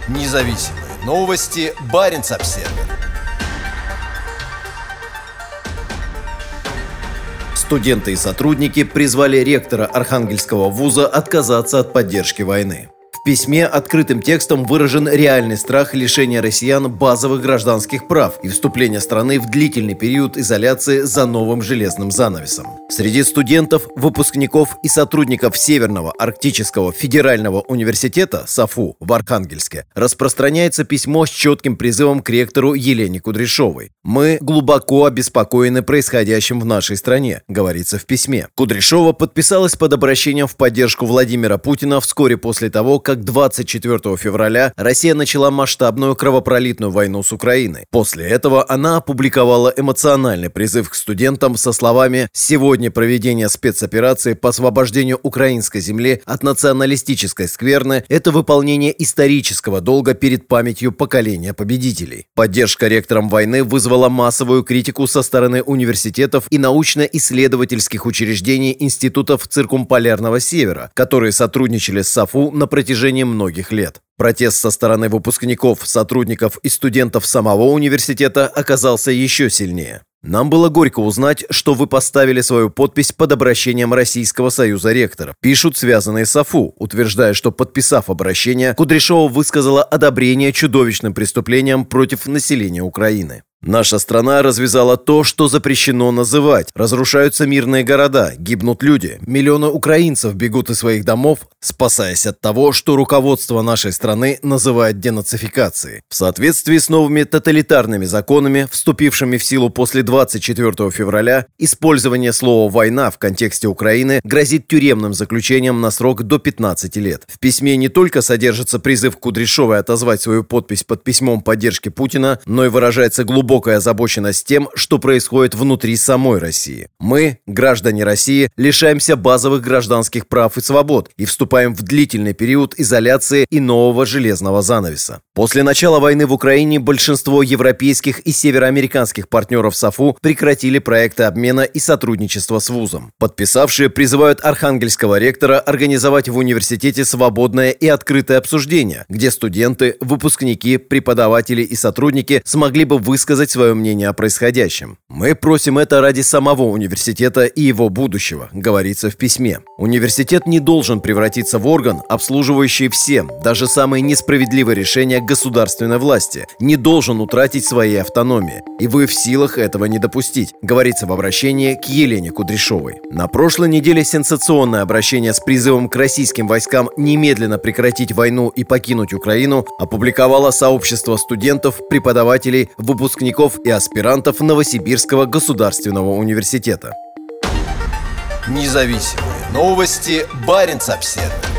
Независимые новости. Баренц-Обсервер. Студенты и сотрудники призвали ректора Архангельского вуза отказаться от поддержки войны. В письме открытым текстом выражен реальный страх лишения россиян базовых гражданских прав и вступления страны в длительный период изоляции за новым железным занавесом. Среди студентов, выпускников и сотрудников Северного Арктического федерального университета САФУ в Архангельске распространяется письмо с четким призывом к ректору Елене Кудряшовой. «Мы глубоко обеспокоены происходящим в нашей стране», говорится в письме. Кудряшова подписалась под обращением в поддержку Владимира Путина вскоре после того, как 24 февраля Россия начала масштабную кровопролитную войну с Украиной. После этого она опубликовала эмоциональный призыв к студентам со словами «Сегодня проведение спецоперации по освобождению украинской земли от националистической скверны – это выполнение исторического долга перед памятью поколения победителей». Поддержка ректорам войны вызвала массовую критику со стороны университетов и научно-исследовательских учреждений институтов циркумполярного севера, которые сотрудничали с САФУ на протяжении многих лет. Протест со стороны выпускников, сотрудников и студентов самого университета оказался еще сильнее. «Нам было горько узнать, что вы поставили свою подпись под обращением Российского союза ректоров», пишут связанные с САФУ, утверждая, что, подписав обращение, Кудряшова высказала одобрение чудовищным преступлениям против населения Украины. «Наша страна развязала то, что запрещено называть. Разрушаются мирные города, гибнут люди. Миллионы украинцев бегут из своих домов, спасаясь от того, что руководство нашей страны называет денацификацией. В соответствии с новыми тоталитарными законами, вступившими в силу после 24 февраля, использование слова «война» в контексте Украины грозит тюремным заключением на срок до 15 лет. В письме не только содержится призыв Кудряшовой отозвать свою подпись под письмом поддержки Путина, но и выражается глубокая озабоченность тем, что происходит внутри самой России. Мы, граждане России, лишаемся базовых гражданских прав и свобод и вступаем в длительный период изоляции и нового железного занавеса. После начала войны в Украине большинство европейских и североамериканских партнеров САФУ прекратили проекты обмена и сотрудничества с вузом. Подписавшие призывают архангельского ректора организовать в университете свободное и открытое обсуждение, где студенты, выпускники, преподаватели и сотрудники смогли бы высказать свое мнение о происходящем. «Мы просим это ради самого университета и его будущего», говорится в письме. Университет не должен превратиться в орган, обслуживающий все, даже самые несправедливые решения государственной власти, не должен утратить своей автономии. И вы в силах этого не допустить, говорится в обращении к Елене Кудряшовой. На прошлой неделе сенсационное обращение с призывом к российским войскам немедленно прекратить войну и покинуть Украину опубликовало сообщество студентов, преподавателей, выпускников и аспирантов Новосибирского государственного университета. Независимые новости. Баренц-Обсервер.